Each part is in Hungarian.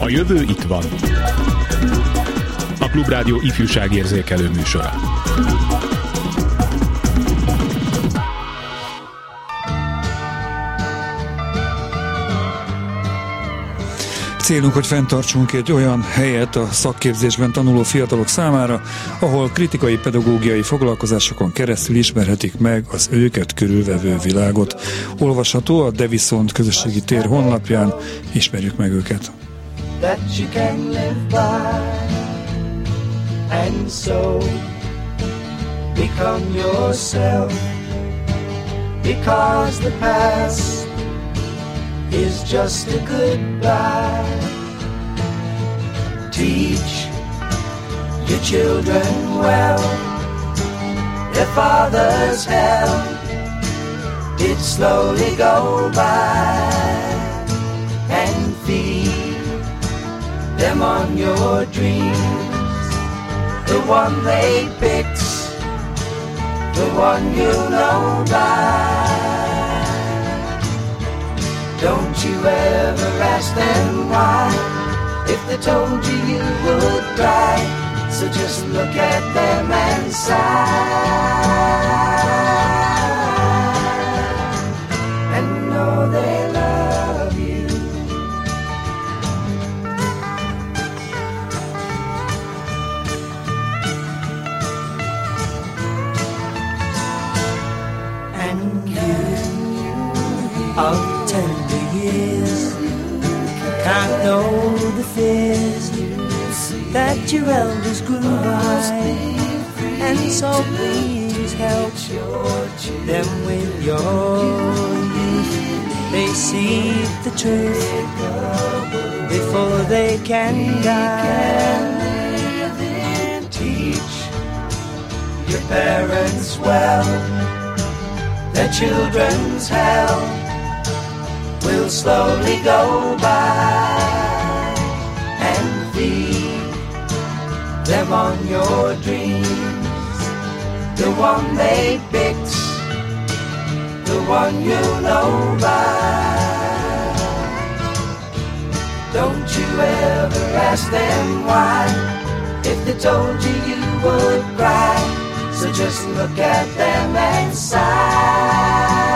A jövő itt van. A Klubrádió ifjúságérzékelő műsora. Célunk, hogy fenntartsunk egy olyan helyet a szakképzésben tanuló fiatalok számára, ahol kritikai pedagógiai foglalkozásokon keresztül ismerhetik meg az őket körülvevő világot. Olvasható a De Viszont közösségi tér honlapján, ismerjük meg őket. That you can live by, and so become yourself, because the past is just a goodbye. Teach your children well, their father's hell did slowly go by, and feed them on your dreams, the one they picked, the one you know by. Don't you ever ask them why, if they told you you would die. So just look at them and sigh, and know they love you. And you of tender years can't know the fears that your elders grew by, and so please help them with your youth. They see the truth before they can die. Teach your parents well, their children's hell will slowly go by, and feed them on your dreams, the one they picked, the one you know by. Don't you ever ask them why, if they told you you would cry. So just look at them and sigh.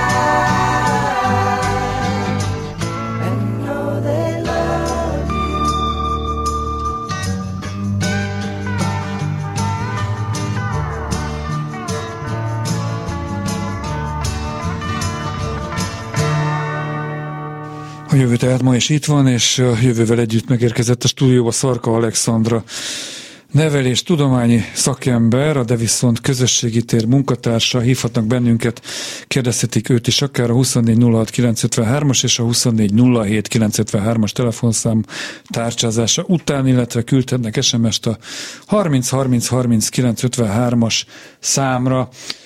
A jövő tehát ma is itt van, és a jövővel együtt megérkezett a stúdióba Szarka Alexandra, nevelés tudományi szakember, a De Viszont közösségi tér munkatársa. Hívhatnak bennünket, kérdezhetik őt is akár a 2406953-as és a 2407953-as telefonszám tárcsázása után, illetve küldhetnek SMS-t a 30303953-as számra.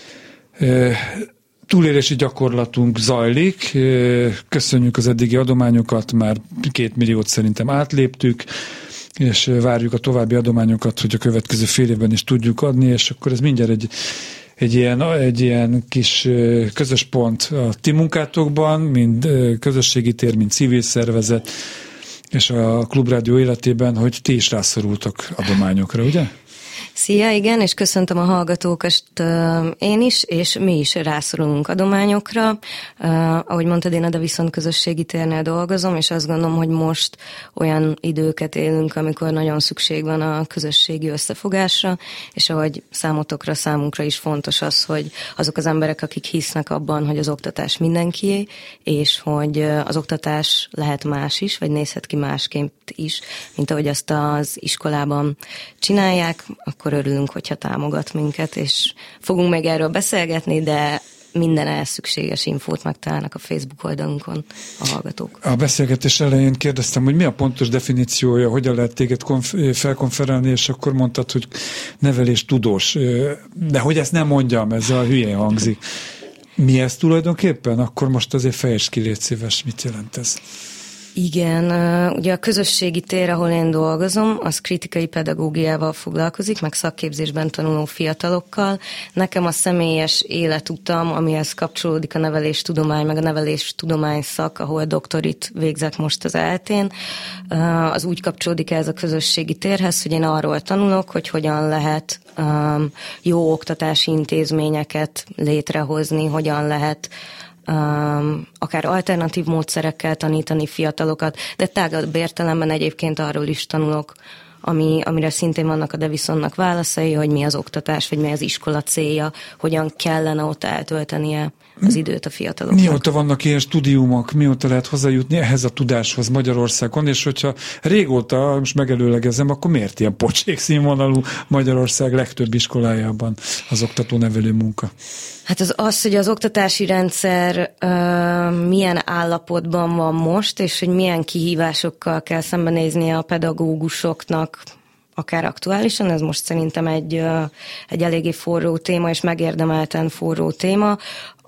Túlélési gyakorlatunk zajlik, köszönjük az eddigi adományokat, már 2 milliót szerintem átléptük, és várjuk a további adományokat, hogy a következő fél évben is tudjuk adni, és akkor ez mindjárt egy ilyen kis közös pont a ti munkátokban, mind közösségi tér, mind civil szervezet, és a Klubrádió életében, hogy ti is rászorultak adományokra, ugye? Szia, igen, és köszöntöm a hallgatókat én is, és mi is rászorulunk adományokra. Ahogy mondtad, én a De Viszont közösségi térnél dolgozom, és azt gondolom, hogy most olyan időket élünk, amikor nagyon szükség van a közösségi összefogásra, és ahogy számunkra is fontos az, hogy azok az emberek, akik hisznek abban, hogy az oktatás mindenkié, és hogy az oktatás lehet más is, vagy nézhet ki másként is, mint ahogy azt az iskolában csinálják, akkor örülünk, hogyha támogat minket, és fogunk még erről beszélgetni, de minden ehhez szükséges infót megtalálnak a Facebook oldalunkon a hallgatók. A beszélgetés elején kérdeztem, hogy mi a pontos definíciója, hogyan lehet téged felkonferálni, és akkor mondtad, hogy nevelés tudós. De hogy ezt nem mondjam, ez a hülyén hangzik. Mi ez tulajdonképpen? Akkor most azért fejtsd ki, légy szíves, mit jelent ez? Igen, ugye a közösségi tér, ahol én dolgozom, az kritikai pedagógiával foglalkozik, meg szakképzésben tanuló fiatalokkal. Nekem a személyes életutam, amihez kapcsolódik a neveléstudomány, meg a neveléstudomány szak, ahol doktorit végzek most az ELTE-n, az úgy kapcsolódik ez a közösségi térhez, hogy én arról tanulok, hogy hogyan lehet jó oktatási intézményeket létrehozni, hogyan lehet akár alternatív módszerekkel tanítani fiatalokat, de tágabb értelemben egyébként arról is tanulok, amire szintén vannak a Davisonnak válaszai, hogy mi az oktatás, vagy mi az iskola célja, hogyan kellene ott eltöltenie az időt a fiataloknak. Mióta vannak ilyen stúdiumok, mióta lehet hozzájutni ehhez a tudáshoz Magyarországon, és hogyha régóta, most megelőlegezem, akkor miért ilyen pocsék színvonalú Magyarország legtöbb iskolájában az oktató-nevelő munka? Hát az, hogy az oktatási rendszer milyen állapotban van most, és hogy milyen kihívásokkal kell szembenéznie a pedagógusoknak, akár aktuálisan, ez most szerintem egy eléggé forró téma, és megérdemelten forró téma,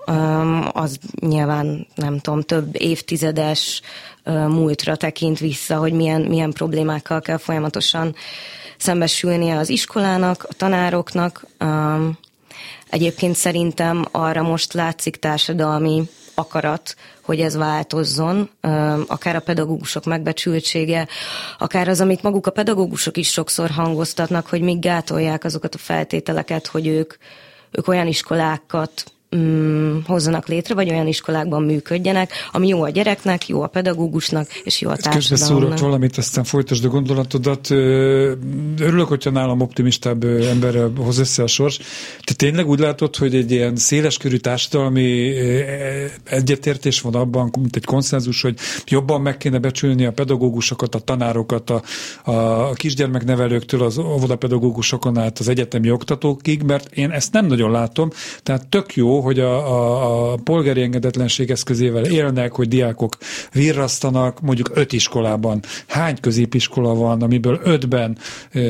az nyilván, nem tudom, több évtizedes múltra tekint vissza, hogy milyen problémákkal kell folyamatosan szembesülnie az iskolának, a tanároknak. Egyébként szerintem arra most látszik társadalmi akarat, hogy ez változzon, akár a pedagógusok megbecsültsége, akár az, amit maguk a pedagógusok is sokszor hangoztatnak, hogy még gátolják azokat a feltételeket, hogy ők olyan iskolákat hozzanak létre, vagy olyan iskolákban működjenek, ami jó a gyereknek, jó a pedagógusnak, és jó a társadalomnak. Közbeszúrok valamit, aztán folytasd a gondolatodat. Örülök, hogyha nálam optimistább emberrel hoz össze a sors. Te tényleg úgy látod, hogy egy ilyen széleskörű társadalmi egyetértés van abban, mint egy konszenzus, hogy jobban meg kéne becsülni a pedagógusokat, a tanárokat, a kisgyermeknevelőktől az óvodapedagógusokon át az egyetemi oktatókig, mert én ezt nem nagyon látom, tehát tök jó, hogy a polgári engedetlenség eszközével élnek, hogy diákok virrasztanak, mondjuk 5 iskolában. Hány középiskola van, amiből 5-ben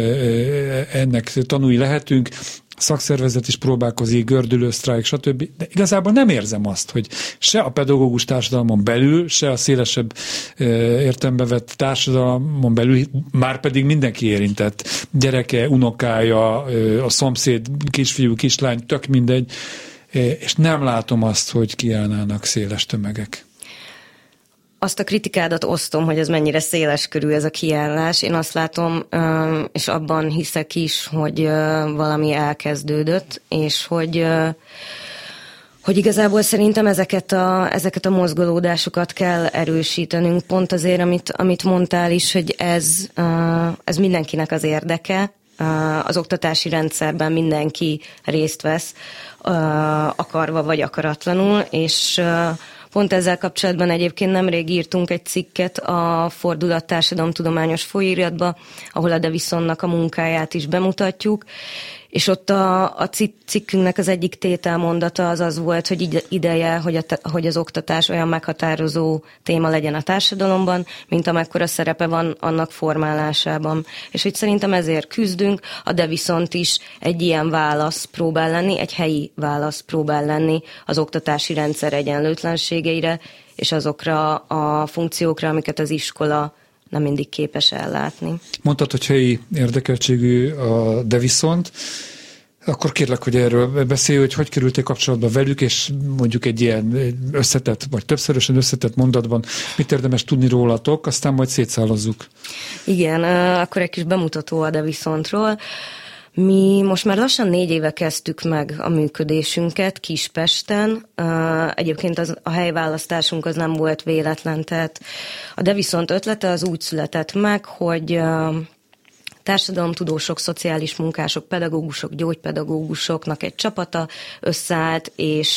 ennek tanúi lehetünk, szakszervezet is próbálkozik, gördülő sztrájk, stb. De igazából nem érzem azt, hogy se a pedagógus társadalmon belül, se a szélesebb értelembe vett társadalmon belül, már pedig mindenki érintett. Gyereke, unokája, a szomszéd, kisfiú, kislány, tök mindegy, és nem látom azt, hogy kiállnának széles tömegek. Azt a kritikádat osztom, hogy ez mennyire széles körül ez a kiállás. Én azt látom, és abban hiszek is, hogy valami elkezdődött, és hogy igazából szerintem ezeket a mozgolódásokat kell erősítenünk, pont azért, amit mondtál is, hogy ez mindenkinek az érdeke, az oktatási rendszerben mindenki részt vesz, akarva vagy akaratlanul, és pont ezzel kapcsolatban egyébként nemrég írtunk egy cikket a Fordulat társadalomtudományos folyóiratba, ahol a Davisonnak a munkáját is bemutatjuk, és ott a cikkünknek az egyik tételmondata az volt, hogy ideje, hogy az oktatás olyan meghatározó téma legyen a társadalomban, mint amekkora szerepe van annak formálásában. És hogy szerintem ezért küzdünk, a Davison is egy ilyen válasz próbál lenni, egy helyi válasz próbál lenni az oktatási rendszer egyenlőtlenségeire, és azokra a funkciókra, amiket az iskola nem mindig képes ellátni. Mondtad, hogy helyi érdekeltségű a Davison-t, akkor kérlek, hogy erről beszélj, hogy kerültél kapcsolatba velük, és mondjuk egy ilyen összetett, vagy többszörösen összetett mondatban mit érdemes tudni rólatok, aztán majd szétszállazzuk. Igen, akkor egy kis bemutató a Davisontról. Mi most már lassan 4 éve kezdtük meg a működésünket Kispesten. Egyébként a helyválasztásunk az nem volt véletlen, tehát a Davison ötlete az úgy született meg, hogy társadalomtudósok, szociális munkások, pedagógusok, gyógypedagógusoknak egy csapata összeállt,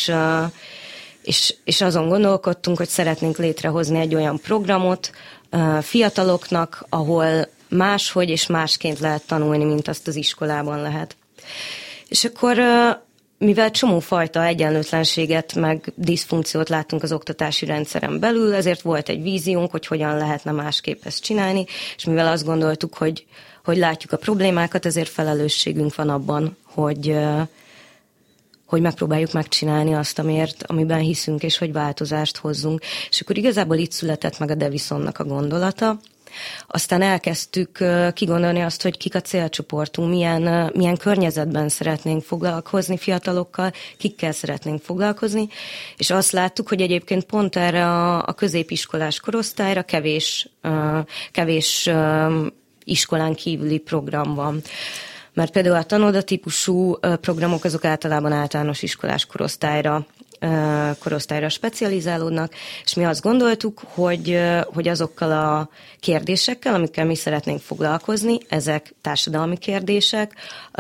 és azon gondolkodtunk, hogy szeretnénk létrehozni egy olyan programot fiataloknak, ahol máshogy és másként lehet tanulni, mint azt az iskolában lehet. És akkor, mivel csomófajta egyenlőtlenséget meg diszfunkciót láttunk az oktatási rendszeren belül, ezért volt egy víziónk, hogy hogyan lehetne másképp ezt csinálni, és mivel azt gondoltuk, hogy látjuk a problémákat, ezért felelősségünk van abban, hogy hogy megpróbáljuk megcsinálni azt, amiben hiszünk, és hogy változást hozzunk. És akkor igazából itt született meg a Devisonnak a gondolata. Aztán elkezdtük kigondolni azt, hogy kik a célcsoportunk, milyen környezetben szeretnénk foglalkozni fiatalokkal, kikkel szeretnénk foglalkozni, és azt láttuk, hogy egyébként pont erre a középiskolás korosztályra kevés iskolán kívüli program van. Mert például a tanoda típusú programok azok általában általános iskolás korosztályra specializálódnak, és mi azt gondoltuk, hogy azokkal a kérdésekkel, amikkel mi szeretnénk foglalkozni, ezek társadalmi kérdések,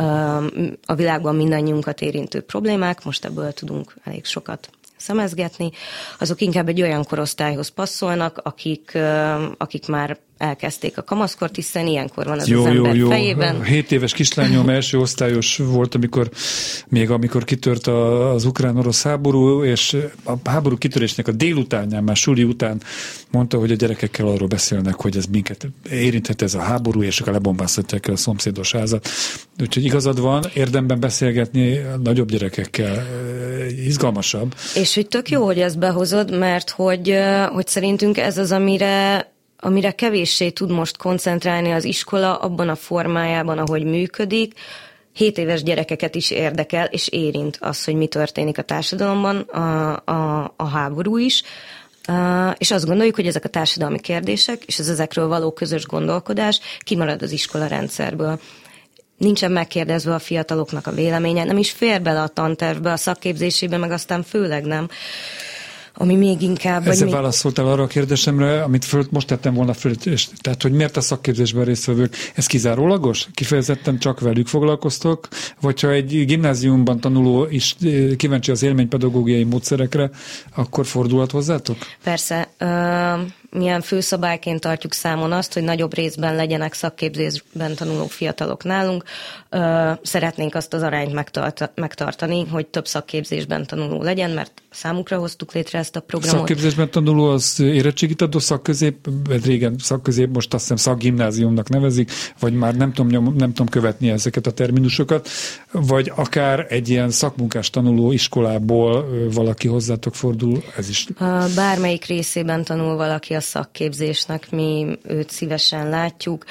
a világban mindannyiunkat érintő problémák, most ebből tudunk elég sokat szemezgetni, azok inkább egy olyan korosztályhoz passzolnak, akik már elkezdték a kamaszkort, hiszen ilyenkor van az ember fejében. 7 éves kislányom első osztályos volt, amikor kitört az ukrán-orosz háború, és a háború kitörésnek a délutánján, már suli után mondta, hogy a gyerekekkel arról beszélnek, hogy ez minket érinthet ez a háború, és akkor lebombáztatják el a szomszédos házat. Úgyhogy igazad van, érdemben beszélgetni a nagyobb gyerekekkel izgalmasabb. És hogy tök jó, hogy ezt behozod, mert hogy szerintünk ez az, amire kevéssé tud most koncentrálni az iskola abban a formájában, ahogy működik. 7 éves gyerekeket is érdekel, és érint az, hogy mi történik a társadalomban, a háború is. És azt gondoljuk, hogy ezek a társadalmi kérdések, és az ezekről való közös gondolkodás kimarad az iskola rendszerből. Nincsen megkérdezve a fiataloknak a véleménye, nem is fér bele a tantervbe, a szakképzésébe, meg aztán főleg nem. Ami még inkább... Ezzel válaszoltál arra a kérdésemre, amit most tettem volna föl, tehát, hogy miért a szakképzésben résztvevők, ez kizárólagos? Kifejezetten csak velük foglalkoztok? Vagy ha egy gimnáziumban tanuló is kíváncsi az élménypedagógiai módszerekre, akkor fordulhat hozzátok? Persze. Milyen főszabályként tartjuk számon azt, hogy nagyobb részben legyenek szakképzésben tanuló fiatalok nálunk. Szeretnénk azt az arányt megtartani, hogy több szakképzésben tanuló legyen, mert számukra hoztuk létre ezt a programot. Szakképzésben tanuló az érettségit adó szakközép, régen szakközép, most azt hiszem szakgimnáziumnak nevezik, vagy már nem tudom követni ezeket a terminusokat, vagy akár egy ilyen szakmunkás tanuló iskolából valaki hozzátok fordul, ez is. Bármelyik részében tanul valaki a szakképzésnek, mi őt szívesen látjuk.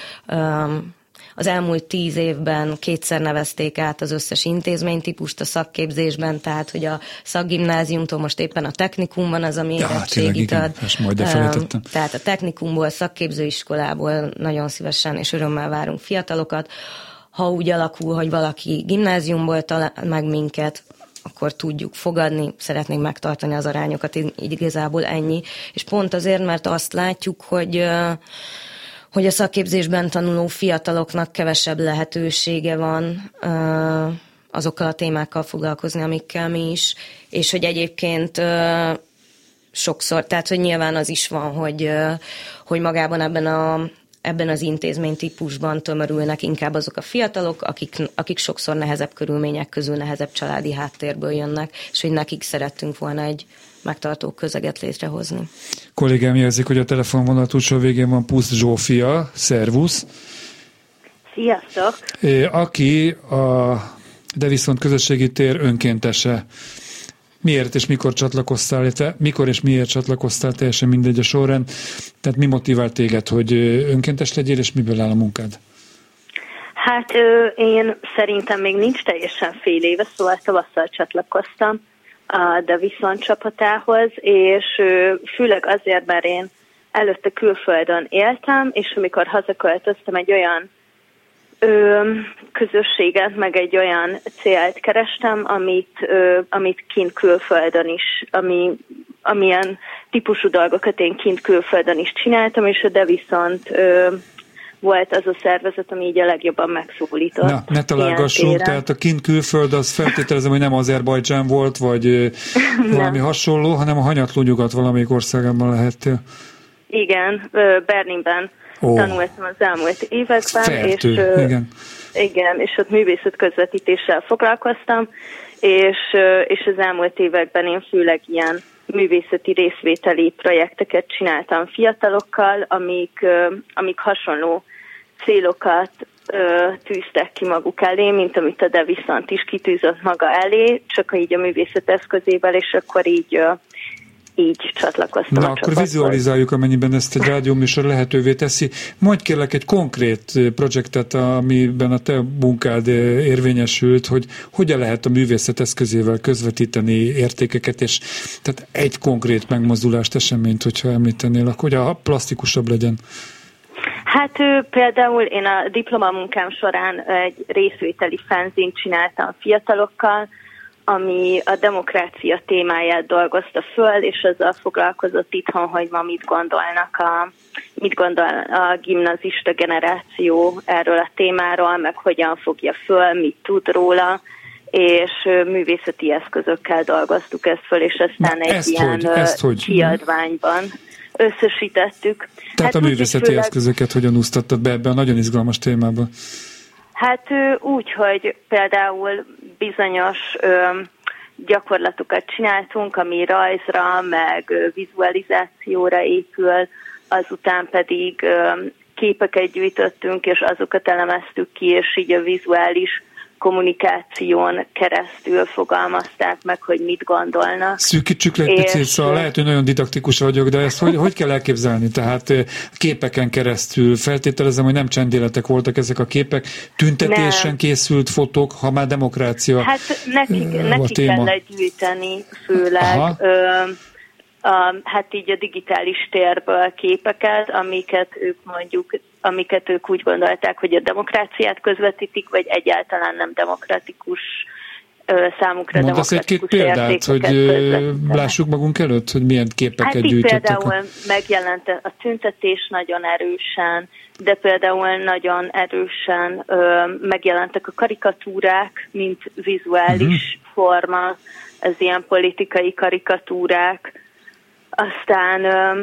Az elmúlt 10 évben 2-szer nevezték át az összes intézménytípust a szakképzésben, tehát hogy a szakgimnáziumtól most éppen a technikumban az, ami érettségit ad. Tehát a technikumból, szakképzőiskolából nagyon szívesen és örömmel várunk fiatalokat. Ha úgy alakul, hogy valaki gimnáziumból talál meg minket, akkor tudjuk fogadni, szeretnénk megtartani az arányokat, igazából ennyi. És pont azért, mert azt látjuk, hogy a szakképzésben tanuló fiataloknak kevesebb lehetősége van azokkal a témákkal foglalkozni, amikkel mi is, és hogy egyébként sokszor, tehát hogy nyilván az is van, hogy magában ebben az intézménytípusban tömörülnek inkább azok a fiatalok, akik sokszor nehezebb körülmények közül, nehezebb családi háttérből jönnek, és hogy nekik szerettünk volna egy megtartó közeget létrehozni. Kollégám jelzik, hogy a telefonvonal túlsó végén van Pusz Zsófia. Szervusz! Sziasztok! Aki a Deviszont közösségi tér önkéntese. Miért és mikor csatlakoztál, illetve mikor és miért csatlakoztál, teljesen mindegy a sorrend. Tehát mi motivált téged, hogy önkéntes legyél, és miből áll a munkád? Hát én szerintem még nincs teljesen fél éve, szóval tavasszal csatlakoztam a Devison csapatához, és főleg azért, mert én előtte külföldön éltem, és amikor hazaköltöztem, egy olyan közösséget, meg egy olyan célt kerestem, amit kint külföldön is, amilyen típusú dolgokat én kint külföldön is csináltam, és a Devison volt az a szervezet, ami így a legjobban megszólított. Na, ne találgassunk, tehát a kint külföld, az feltételezem, hogy nem Azerbajdzsán volt, vagy valami hasonló, hanem a hanyatló nyugat valamelyik országában lehettél. Igen, Berlinben tanultam az elmúlt években, és ott művészet közvetítéssel foglalkoztam, és az elmúlt években én főleg ilyen művészeti részvételi projekteket csináltam fiatalokkal, amik hasonló célokat tűztek ki maguk elé, mint amit a De Viszont is kitűzött maga elé, csak így a művészet eszközével, és akkor így csatlakoztam. Na, akkor vizualizáljuk, amennyiben ezt egy rádióműsor lehetővé teszi. Mondj kérlek egy konkrét projektet, amiben a te munkád érvényesült, hogy hogyan lehet a művészet eszközével közvetíteni értékeket, és tehát egy konkrét megmozdulást, eseményt, hogyha említenél, hogy a plastikusabb legyen. Hát például én a diplomamunkám során egy részvételi fanzint csináltam fiatalokkal, ami a demokrácia témáját dolgozta föl, és azzal foglalkozott itthon, hogy ma mit gondol a gimnazista generáció erről a témáról, meg hogyan fogja föl, mit tud róla, és művészeti eszközökkel dolgoztuk ezt föl, és aztán egy ilyen kiadványban összesítettük. Tehát a művészeti eszközöket hogyan úsztattad be ebben a nagyon izgalmas témában? Hát úgy, hogy például bizonyos gyakorlatokat csináltunk, ami rajzra, meg vizualizációra épül, azután pedig képeket gyűjtöttünk, és azokat elemeztük ki, és így a vizuális kommunikáción keresztül fogalmazták meg, hogy mit gondolnak. Szűkítsük le egy picit, szóval lehet, hogy nagyon didaktikus vagyok, de ezt hogy kell elképzelni? Tehát képeken keresztül feltételezem, hogy nem csendéletek voltak ezek a képek, tüntetésen készült fotók, ha már demokrácia hát neki kellett gyűjteni főleg hát így a digitális térből képeket, amiket ők úgy gondolták, hogy a demokráciát közvetítik, vagy egyáltalán nem demokratikus számukra mondasz egy-két példát, hogy lássuk magunk előtt, hogy milyen képeket gyűjtöttek? Hát például megjelent a tüntetés nagyon erősen, de például nagyon erősen megjelentek a karikatúrák, mint vizuális forma, ez ilyen politikai karikatúrák. Aztán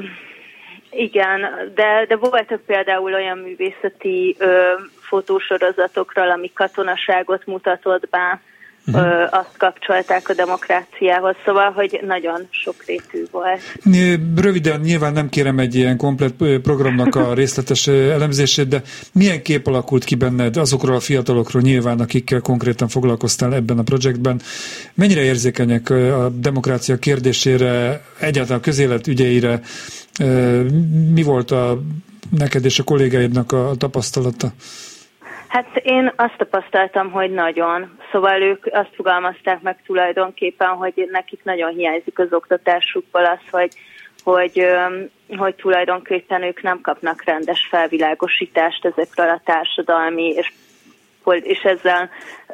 igen, de voltak például olyan művészeti fotósorozatokról, ami katonaságot mutatott be, azt kapcsolták a demokráciához, szóval, hogy nagyon sokrétű volt. Röviden, nyilván nem kérem egy ilyen komplett programnak a részletes elemzését, de milyen kép alakult ki benned azokról a fiatalokról nyilván, akikkel konkrétan foglalkoztál ebben a projektben? Mennyire érzékenyek a demokrácia kérdésére, egyáltalán a közélet ügyeire? Mi volt neked és a kollégáidnak a tapasztalata? Hát én azt tapasztaltam, hogy nagyon. Szóval ők azt fogalmazták meg tulajdonképpen, hogy nekik nagyon hiányzik az oktatásukból az, hogy tulajdonképpen ők nem kapnak rendes felvilágosítást ezekről a társadalmi, és ezzel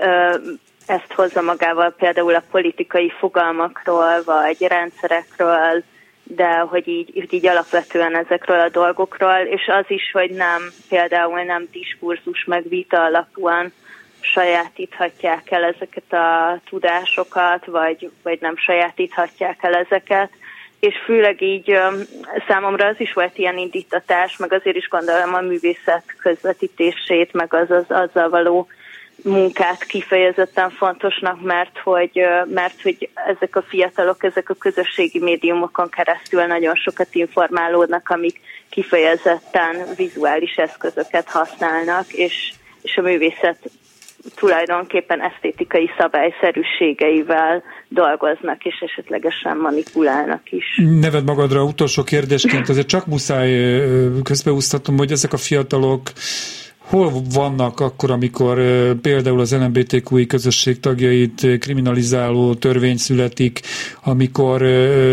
ezt hozza magával például a politikai fogalmakról, vagy rendszerekről, de hogy így alapvetően ezekről a dolgokról, és az is, hogy például nem diskurzus meg vita alapúan sajátíthatják el ezeket a tudásokat, vagy nem sajátíthatják el ezeket, és főleg így számomra az is volt ilyen indítatás, meg azért is gondolom a művészet közvetítését, meg azzal való munkát kifejezetten fontosnak, mert hogy ezek a fiatalok, ezek a közösségi médiumokon keresztül nagyon sokat informálódnak, amik kifejezetten vizuális eszközöket használnak, és a művészet tulajdonképpen esztétikai szabályszerűségeivel dolgoznak, és esetlegesen manipulálnak is. Neved magadra utolsó kérdésként, azért csak muszáj közbeúsztatom, hogy ezek a fiatalok hol vannak akkor, amikor például az LMBTQI közösség tagjait kriminalizáló törvény születik, amikor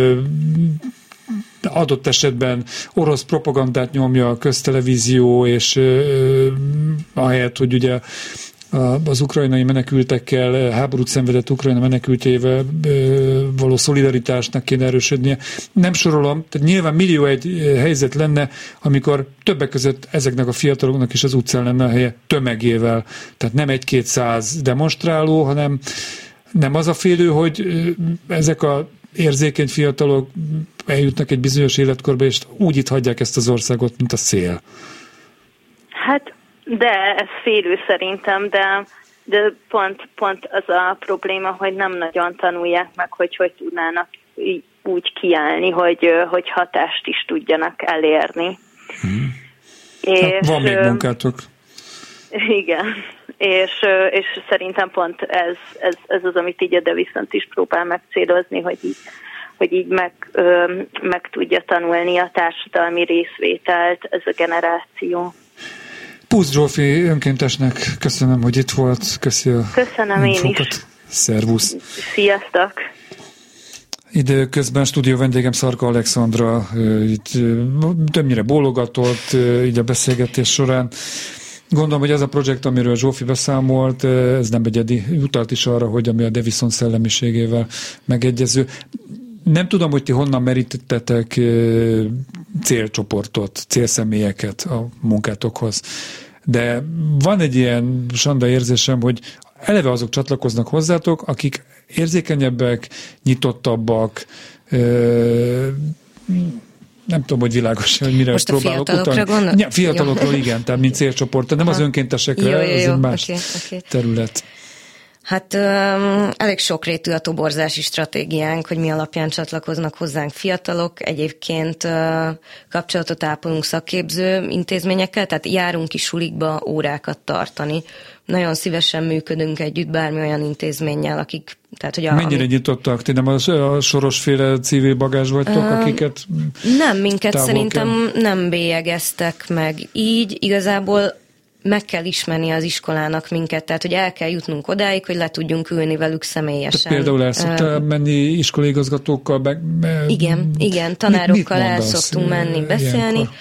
adott esetben orosz propagandát nyomja a köztelevízió, és ahelyett, hogy ugye az ukrajnai menekültekkel, háborút szenvedett Ukrajna menekültjével való szolidaritásnak kéne erősödnie. Nem sorolom, tehát nyilván millió egy helyzet lenne, amikor többek között ezeknek a fiataloknak is az utcán lenne a helye tömegével. Tehát nem 1-200 demonstráló, hanem nem az a félő, hogy ezek a érzékeny fiatalok eljutnak egy bizonyos életkorba, és úgy itt hagyják ezt az országot, mint a szél. Hát de ez félő szerintem, de pont az a probléma, hogy nem nagyon tanulják meg, hogy tudnának úgy kiállni, hogy hatást is tudjanak elérni. És van még munkátok. Igen, és szerintem pont ez az, amit így a De viszont is próbál megcélozni, hogy így meg tudja tanulni a társadalmi részvételt ez a generáció. Pusz Zsófi önkéntesnek köszönöm, hogy itt volt. Köszönöm én is. Szervusz. Sziasztok. Időközben stúdió vendégem Szarka Alexandra itt többnyire bólogatott így a beszélgetés során. Gondolom, hogy ez a projekt, amiről Zsófi beszámolt, ez nem egyedi, utalt is arra, hogy ami a De viszont szellemiségével megegyező. Nem tudom, hogy ti honnan merítettetek célcsoportot, célszemélyeket a munkátokhoz, de van egy ilyen sanda érzésem, hogy eleve azok csatlakoznak hozzátok, akik érzékenyebbek, nyitottabbak, nem tudom, hogy világos, hogy mire most próbálok utalni. Ja, fiatalokról igen, tehát mint célcsoport, nem az önkéntesekre, ez egy más terület. Hát elég sokrétű a toborzási stratégiánk, hogy mi alapján csatlakoznak hozzánk fiatalok. Egyébként kapcsolatot ápolunk szakképző intézményekkel, tehát járunk is sulikba órákat tartani. Nagyon szívesen működünk együtt bármi olyan intézménnyel, akik... Tehát, hogy mennyire nyitottak? Ti nem a Sorosféle civil bagázs vagytok, akiket nem, minket szerintem nem bélyegeztek meg. Így igazából meg kell ismerni az iskolának minket, tehát hogy el kell jutnunk odáig, hogy le tudjunk ülni velük személyesen. Tehát például el szoktál menni iskolaigazgatókkal? Igen, tanárokkal el szoktunk menni, beszélni.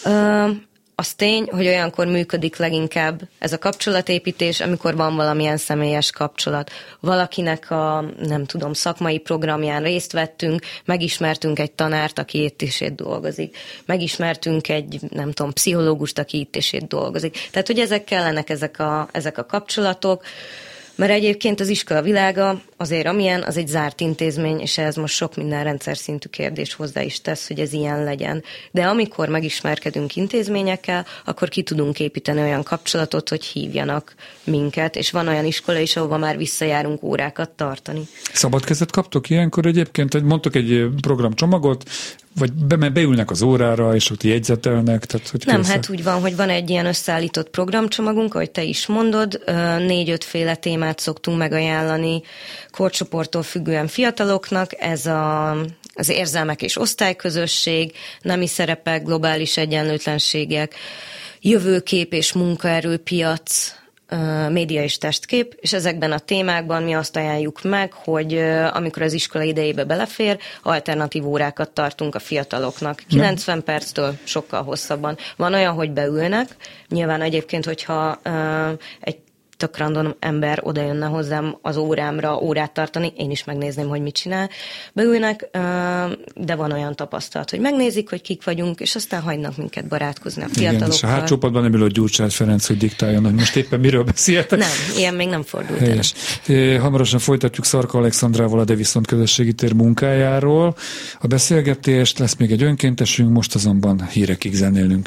Az tény, hogy olyankor működik leginkább ez a kapcsolatépítés, amikor van valamilyen személyes kapcsolat. Valakinek a, nem tudom, szakmai programján részt vettünk, megismertünk egy tanárt, aki itt és itt dolgozik. Megismertünk egy, nem tudom, pszichológust, aki itt és itt dolgozik. Tehát, hogy ezek kellenek, ezek a kapcsolatok, mert egyébként az iskola világa azért amilyen, az egy zárt intézmény, és ez most sok minden rendszer szintű kérdés hozzá is tesz, hogy ez ilyen legyen. De amikor megismerkedünk intézményekkel, akkor ki tudunk építeni olyan kapcsolatot, hogy hívjanak minket, és van olyan iskola is, ahova már visszajárunk órákat tartani. Szabad kezet kaptok ilyenkor egyébként? Hogy mondtok egy programcsomagot, vagy beülnek az órára, és ott jegyzetelnek? Tehát, hogy nem, hát úgy van, hogy van egy ilyen összeállított programcsomagunk, ahogy te is mondod, 4-5 féle témát szoktunk megajánlani korcsoporttól függően fiataloknak, ez az érzelmek és osztályközösség, nemi szerepek, globális egyenlőtlenségek, jövőkép és munkaerőpiac, média és testkép, és ezekben a témákban mi azt ajánljuk meg, hogy amikor az iskola idejébe belefér, alternatív órákat tartunk a fiataloknak. 90 perctől sokkal hosszabban. Van olyan, hogy beülnek, nyilván egyébként, hogyha egy tök random ember oda jönne hozzám az órámra órát tartani, én is megnézném, hogy mit csinál. Beülnek, de van olyan tapasztalat, hogy megnézik, hogy kik vagyunk, és aztán hagynak minket barátkozni a fiatalokkal. Igen, és a hátcsópadban nem ül a Gyurcsány Ferenc, hogy diktáljon, hogy most éppen miről beszéltek. Nem, ilyen még nem fordult el. Hamarosan folytatjuk Szarka Alexandrával a De viszont közösségi tér munkájáról. A beszélgetést, lesz még egy önkéntesünk, most azonban hírekig zenélünk.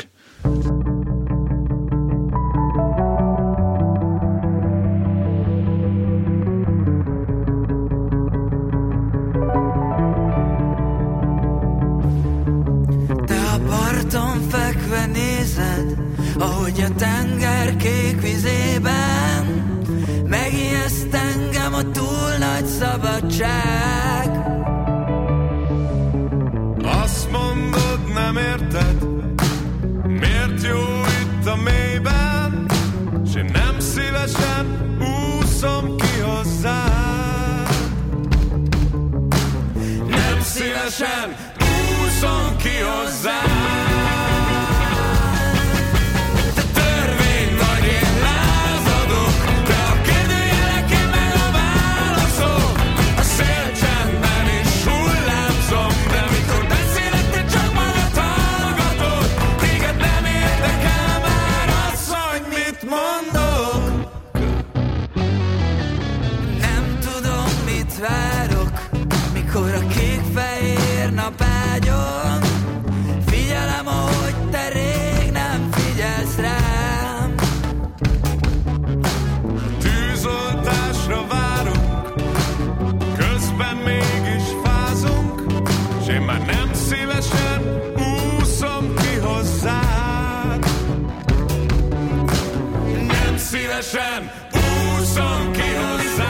Ahogy a tenger kék vizében megijeszt engem a túl nagy szabadság. Azt mondod, nem érted, miért jó itt a mélyben, s én nem szívesen úszom ki hozzád. Nem szívesen úszom ki hozzád. Mikor a kék-fehér nap ágyon figyelem, ahogy te rég nem figyelsz rám. Tűzoltásra várunk, közben mégis fázunk, s én már nem szívesen úszom ki hozzád. Nem szívesen úszom ki hozzá.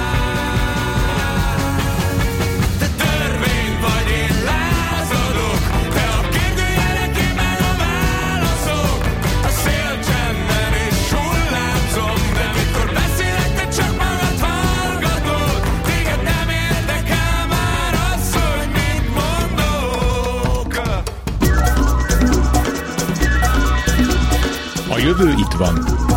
Te törvény vagy, én lázadok, te a kérdőjelekében a válaszok. A szélcsendben és hullámzom, de mikor beszélek, te csak magad hallgatod. Téged nem érdekel már az, hogy mit mondok. A jövő itt van.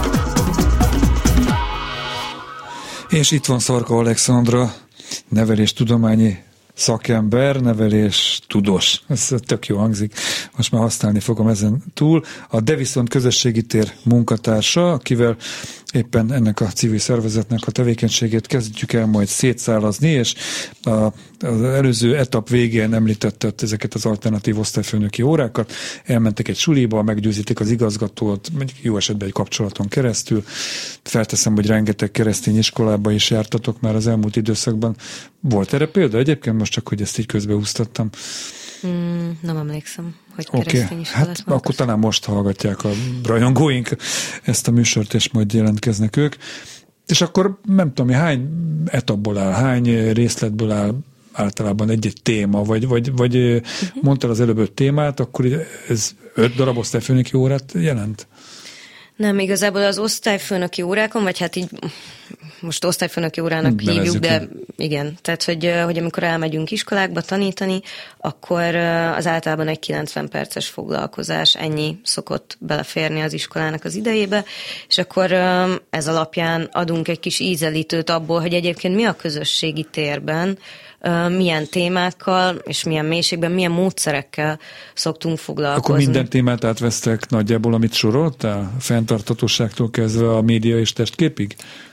És itt van Szarka Alexandra, neveléstudományi szakember, nevelés tudós. Ez tök jó hangzik. Most már használni fogom ezen túl. A De Viszont közösségi tér munkatársa, akivel éppen ennek a civil szervezetnek a tevékenységét kezdjük el majd szétszálazni, és az előző etap végén említette ezeket az alternatív osztályfőnöki órákat. Elmentek egy suliba, meggyőzítik az igazgatót, jó esetben egy kapcsolaton keresztül. Felteszem, hogy rengeteg keresztény iskolába is jártatok már az elmúlt időszakban. Volt erre példa egyébként? Most csak, hogy ezt így közbeúsztattam. Nem emlékszem, hogy keresztény iskolát. Hát akkor talán most hallgatják a rajongóink ezt a műsort, és majd jelentkeznek ők. És akkor nem tudom, hány etapból áll, hány részletből áll általában egy-egy téma, vagy mondtál az előbb 5 témát, akkor ez 5 darab osztályfőnöki órát jelent? Nem, igazából az osztályfőnöki órákon, vagy hát így most osztályfőnöki órának hívjuk, de igen, tehát hogy amikor elmegyünk iskolákba tanítani, akkor az általában egy 90 perces foglalkozás, ennyi szokott beleférni az iskolának az idejébe, és akkor ez alapján adunk egy kis ízelítőt abból, hogy egyébként mi a közösségi térben, milyen témákkal, és milyen mélységben, milyen módszerekkel szoktunk foglalkozni. Akkor minden témát átvesztek nagyjából, amit soroltál? Fenntarthatóságtól kezdve a média és testképig?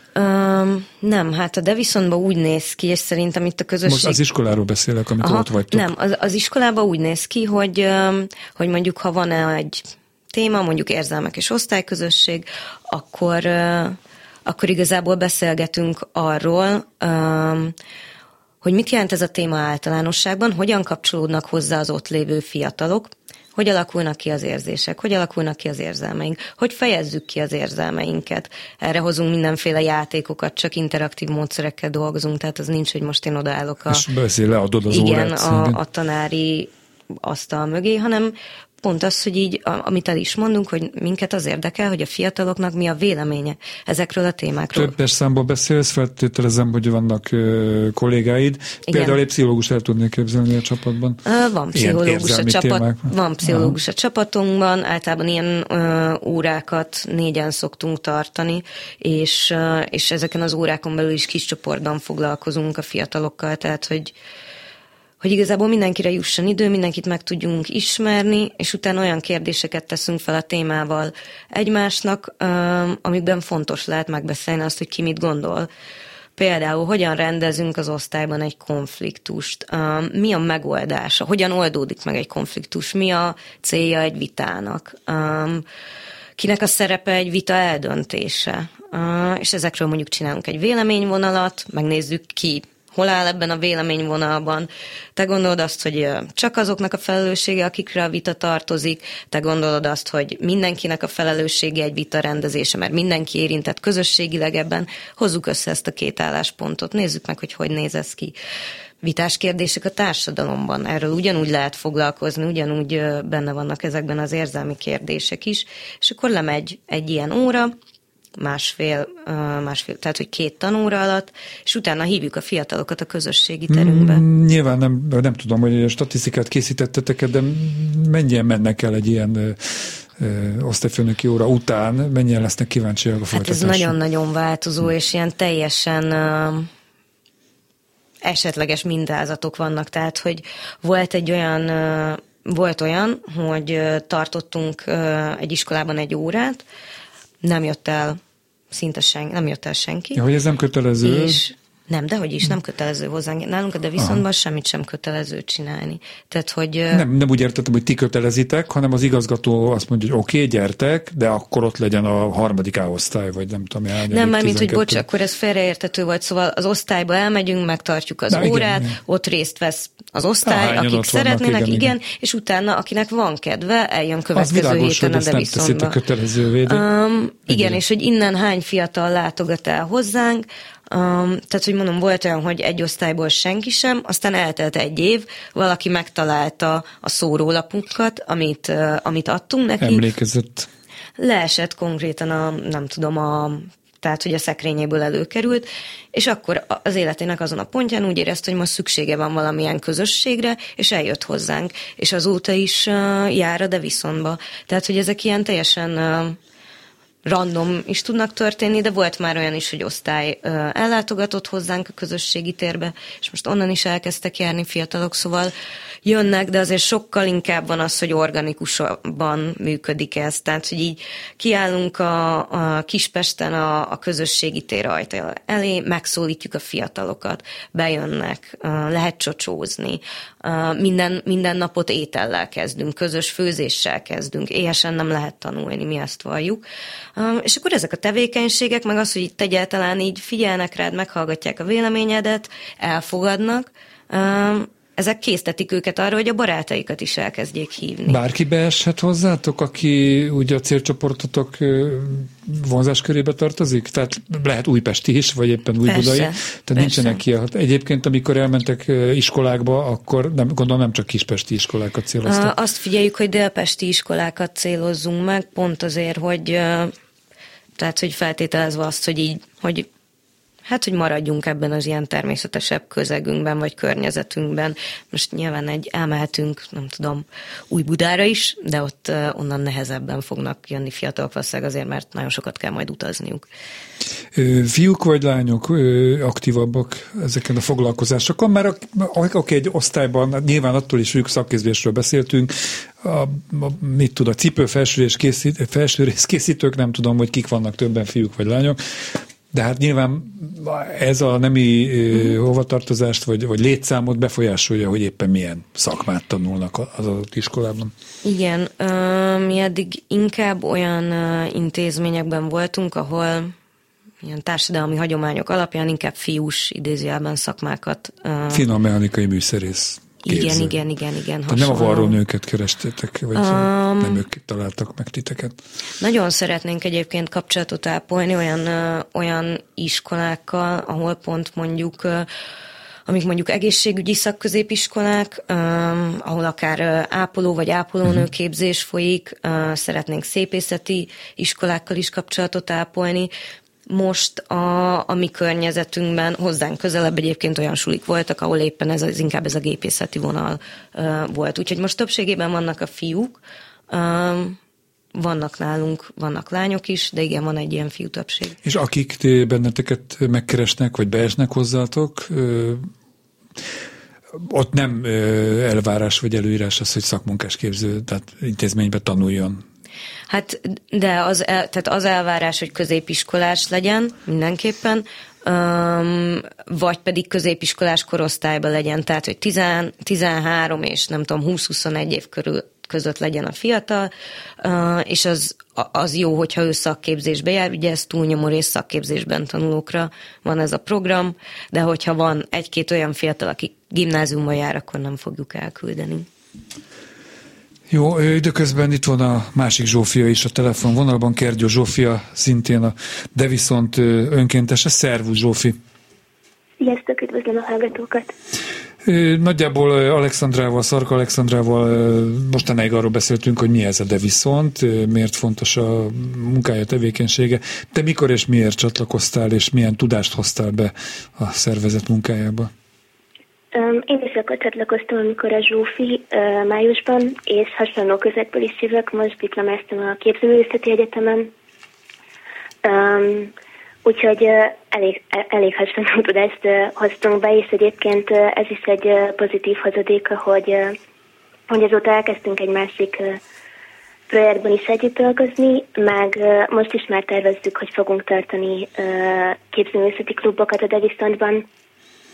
Nem, hát a De Viszontban úgy néz ki, és szerintem itt a közösség... Most az iskoláról beszélek, amikor ott vagytok. Nem, az iskolában úgy néz ki, hogy mondjuk, ha van egy téma, mondjuk érzelmek és osztályközösség, akkor igazából beszélgetünk arról, hogy mit jelent ez a téma általánosságban, hogyan kapcsolódnak hozzá az ott lévő fiatalok, hogy alakulnak ki az érzések, hogy alakulnak ki az érzelmeink, hogy fejezzük ki az érzelmeinket. Erre hozunk mindenféle játékokat, csak interaktív módszerekkel dolgozunk, tehát az nincs, hogy most én odaállok és leadod az órát. A tanári asztal mögé, hanem pont az, hogy így, amit el is mondunk, hogy minket az érdekel, hogy a fiataloknak mi a véleménye ezekről a témákról. Többes számban beszélsz, feltételezem, hogy vannak kollégáid. Igen. Például egy pszichológus el tudnék képzelni a csapatban? Van pszichológus a csapatunkban, általában ilyen órákat 4-en szoktunk tartani, és ezeken az órákon belül is kis csoportban foglalkozunk a fiatalokkal, tehát hogy igazából mindenkire jusson idő, mindenkit meg tudjunk ismerni, és utána olyan kérdéseket teszünk fel a témával egymásnak, amikben fontos lehet megbeszélni azt, hogy ki mit gondol. Például, hogyan rendezünk az osztályban egy konfliktust, mi a megoldása, hogyan oldódik meg egy konfliktus, mi a célja egy vitának, kinek a szerepe egy vita eldöntése, és ezekről mondjuk csinálunk egy véleményvonalat, megnézzük ki, hol áll ebben a véleményvonalban. Te gondolod azt, hogy csak azoknak a felelőssége, akikre a vita tartozik, te gondolod azt, hogy mindenkinek a felelőssége egy vita rendezése, mert mindenki érintett közösségileg ebben. Hozzuk össze ezt a 2 álláspontot, nézzük meg, hogy néz ez ki. Vitás kérdések a társadalomban. Erről ugyanúgy lehet foglalkozni, ugyanúgy benne vannak ezekben az érzelmi kérdések is, és akkor lemegy egy ilyen óra, másfél, tehát hogy 2 tanóra alatt, és utána hívjuk a fiatalokat a közösségi terünkbe. Nyilván nem tudom, hogy a statisztikát készítettetek, de mennyien mennek el egy ilyen osztályfőnöki óra után, mennyien lesznek kíváncsiak a folytatásra? Hát ez nagyon-nagyon változó, és ilyen teljesen esetleges mintázatok vannak, tehát hogy volt olyan, hogy tartottunk egy iskolában egy órát, nem jött el senki. Ja, hogy ez nem kötelező. Nem, dehogy is, nem kötelező hozzánk. Nálunk a De Viszontban semmit sem kötelező csinálni. Tehát, hogy... Nem úgy értettem, hogy ti kötelezitek, hanem az igazgató azt mondja, hogy oké, gyertek, de akkor ott legyen a 3. A-osztály, vagy nem tudom, nem, már mint, hogy bocs, akkor ez félreértető volt, szóval az osztályba elmegyünk, megtartjuk az órát, igen. Ott részt vesz az osztály, akik szeretnének, igen, és utána, akinek van kedve, eljön következő héten a De Viszontba. Kötelezővé, igen, és hogy innen hány fiatal látogat el hozzánk, tehát, hogy mondom, volt olyan, hogy egy osztályból senki sem, aztán eltelt egy év, valaki megtalálta a szórólapunkat, amit adtunk neki. Emlékezett. Leesett konkrétan tehát, hogy a szekrényéből előkerült, és akkor az életének azon a pontján úgy érezte, hogy most szüksége van valamilyen közösségre, és eljött hozzánk, és azóta is jár a De Viszontba. Tehát, hogy ezek ilyen teljesen random is tudnak történni, de volt már olyan is, hogy osztály ellátogatott hozzánk a közösségi térbe, és most onnan is elkezdtek járni fiatalok, szóval jönnek, de azért sokkal inkább van az, hogy organikusabban működik ez. Tehát, hogy így kiállunk a Kispesten a közösségi tér ajtaja elé, megszólítjuk a fiatalokat, bejönnek, lehet csocsózni, minden napot étellel kezdünk, közös főzéssel kezdünk, éhesen nem lehet tanulni, mi ezt valljuk. És akkor ezek a tevékenységek, meg az, hogy itt egyáltalán így figyelnek rád, meghallgatják a véleményedet, elfogadnak, ezek késztetik őket arra, hogy a barátaikat is elkezdjék hívni. Bárki beeshet hozzátok, aki ugye a célcsoportotok vonzáskörébe tartozik? Tehát lehet újpesti is, vagy éppen újbudai. Tehát nincsenek ki. Egyébként, amikor elmentek iskolákba, akkor gondolom nem csak kispesti iskolákat céloztak. Azt figyeljük, hogy délpesti iskolákat célozzunk meg, pont azért, hogy tehát, hogy feltételezve azt, hogy így, hogy maradjunk ebben az ilyen természetesebb közegünkben, vagy környezetünkben. Most nyilván elmehetünk, nem tudom, Újbudára is, de ott onnan nehezebben fognak jönni fiatalok, valószínűleg azért, mert nagyon sokat kell majd utazniuk. Fiúk vagy lányok aktívabbak ezeken a foglalkozásokon, mert aki egy osztályban, nyilván attól is ők szakképzésről beszéltünk, a cipő felsőrész készítők, nem tudom, hogy kik vannak többen, fiúk vagy lányok, de hát nyilván ez a nemi hovatartozást vagy létszámot befolyásolja, hogy éppen milyen szakmát tanulnak az adott iskolában. Igen, mi eddig inkább olyan intézményekben voltunk, ahol ilyen társadalmi hagyományok alapján inkább fiús idézőjelben szakmákat. Finom mechanikai műszerész. Igen. Tehát nem a varrónőket kerestétek, vagy nem ők találtak meg titeket? Nagyon szeretnénk egyébként kapcsolatot ápolni olyan iskolákkal, ahol pont amik mondjuk egészségügyi szakközépiskolák, ahol akár ápoló vagy ápolónő képzés folyik, szeretnénk szépészeti iskolákkal is kapcsolatot ápolni. Most a mi környezetünkben hozzánk közelebb egyébként olyan sulik voltak, ahol éppen inkább ez a gépészeti vonal volt. Úgyhogy most többségében vannak a fiúk, vannak lányok is, de igen, van egy ilyen fiú többség. És akik benneteket megkeresnek, vagy beesnek hozzátok, ott nem elvárás vagy előírás az, hogy szakmunkásképző, tehát intézményben tanuljon. Hát, de tehát az elvárás, hogy középiskolás legyen mindenképpen, vagy pedig középiskolás korosztályban legyen, tehát, hogy 13 és nem tudom, 20-21 év között legyen a fiatal, és az jó, hogyha ő szakképzésbe jár, ugye ez túlnyomó rész szakképzésben tanulókra van ez a program, de hogyha van egy-két olyan fiatal, aki gimnáziumban jár, akkor nem fogjuk elküldeni. Jó, időközben itt van a másik Zsófia is a telefonvonalban, Kergyó Zsófia, szintén a De Viszont önkéntese. Szervusz, Zsófi! Sziasztok, üdvözlöm a hallgatókat! Nagyjából Alexandrával, Szarka Alexandrával mostanáig arról beszéltünk, hogy mi ez a De Viszont, miért fontos a munkája, tevékenysége. Te mikor és miért csatlakoztál, és milyen tudást hoztál be a szervezet munkájába? Én is akkor csatlakoztam, amikor a Zsófi májusban, és hasonló közegből is jövök, most diplomáztam a Képzőművészeti Egyetemen, úgyhogy elég hasonló tudást hoztunk be, és egyébként ez is egy pozitív hozadéka, hogy azóta elkezdtünk egy másik projektben is együtt dolgozni, meg most is már tervezzük, hogy fogunk tartani képzőművészeti klubokat a De Viszontban,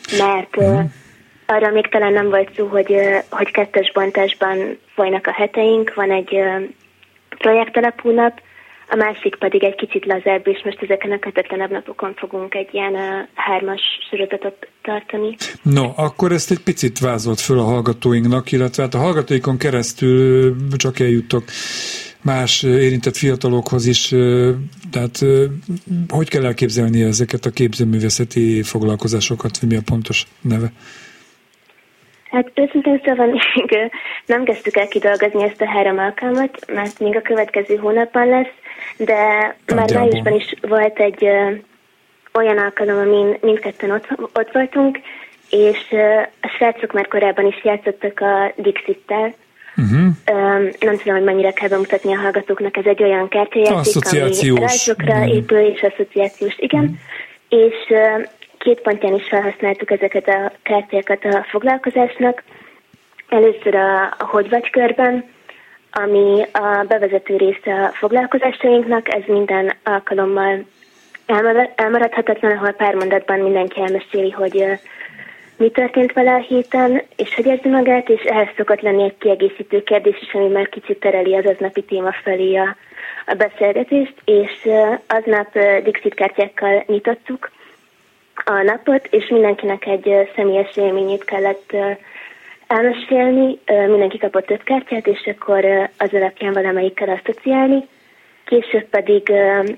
mert arra még talán nem volt szó, hogy kettős bontásban folynak a heteink, van egy projektalapú nap, a másik pedig egy kicsit lazább, és most ezeken a kötetlenebb napokon fogunk egy ilyen 3-as sorozatot tartani. No, akkor ezt egy picit vázolt föl a hallgatóinknak, illetve hát a hallgatóikon keresztül csak eljuttok más érintett fiatalokhoz is, tehát hogy kell elképzelni ezeket a képzőművészeti foglalkozásokat, vagy mi a pontos neve? Hát őszintén szóval még nem kezdtük el kidolgozni ezt a 3 alkalmat, mert még a következő hónapban lesz, de már májusban is volt egy olyan alkalom, amin mindketten ott voltunk, és a srácok már korábban is játszottak a Dixit-tel. Nem tudom, hogy mennyire kell bemutatni a hallgatóknak, ez egy olyan kártyajáték, ami rajzokra épül, és asszociációs, igen. És 2 pontján is felhasználtuk ezeket a kártyákat a foglalkozásnak. Először a Hogy vagy körben, ami a bevezető része a foglalkozásainknak, ez minden alkalommal elmaradhatatlan, ahol pár mondatban mindenki elmeséli, hogy mi történt vele a héten, és hogy érzi magát, és ehhez szokott lenni egy kiegészítő kérdés is, ami már kicsit tereli az aznapi téma felé a beszélgetést, és aznap Dixit kártyákkal nyitottuk a napot, és mindenkinek egy személyes élményét kellett elmesélni, mindenki kapott 5 kártyát, és akkor az alapján valamelyikkel asszociálni. Később pedig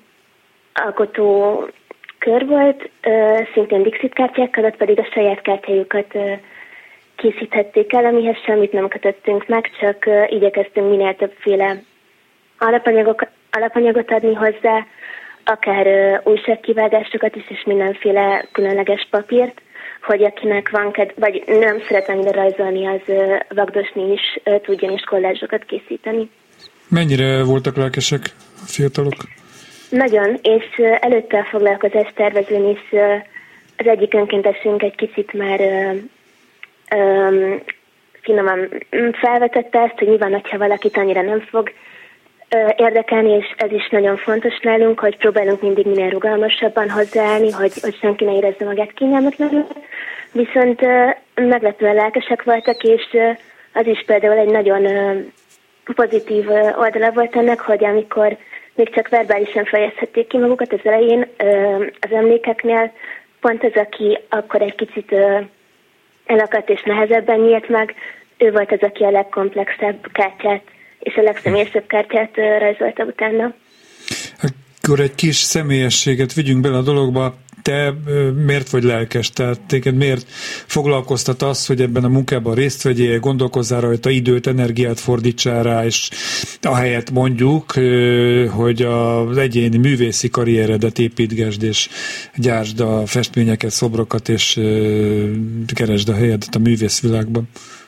alkotó kör volt, szintén Dixit kártyákkal, ott pedig a saját kártyájukat készíthették el, amihez semmit nem kötöttünk meg, csak igyekeztünk minél többféle alapanyagot adni hozzá, akár újságkivágásokat is, és mindenféle különleges papírt, hogy akinek van vagy nem szeret annyira rajzolni, az vagdosni is tudjon is kollázsokat készíteni. Mennyire voltak lelkesek a fiatalok? Nagyon, és előtte a foglalkozás tervezőn is az egyik önkéntesünk egy kicsit már finoman felvetette ezt, hogy mi van, ha valakit annyira nem fog érdekelni, és ez is nagyon fontos nálunk, hogy próbálunk mindig minél rugalmasabban hozzáállni, hogy senki ne érezze magát kényelmetlenül. Viszont meglepően lelkesek voltak, és az is például egy nagyon pozitív oldala volt ennek, hogy amikor még csak verbálisan fejezhették ki magukat az elején az emlékeknél, pont az, aki akkor egy kicsit elakadt és nehezebben nyílt meg, ő volt az, aki a legkomplexebb kártyát és a legszemélyesebb kártyát rajzolta utána. Akkor egy kis személyességet vigyünk bele a dologba. Te miért vagy lelkes? Tehát téged miért foglalkoztat az, hogy ebben a munkában részt vegyél, gondolkozzál rajta, időt, energiát fordítsál rá, és ahelyett mondjuk, hogy az egyéni művészi karrieredet építgesd, és gyártsd a festményeket, szobrokat, és keresd a helyedet a művészvilágban.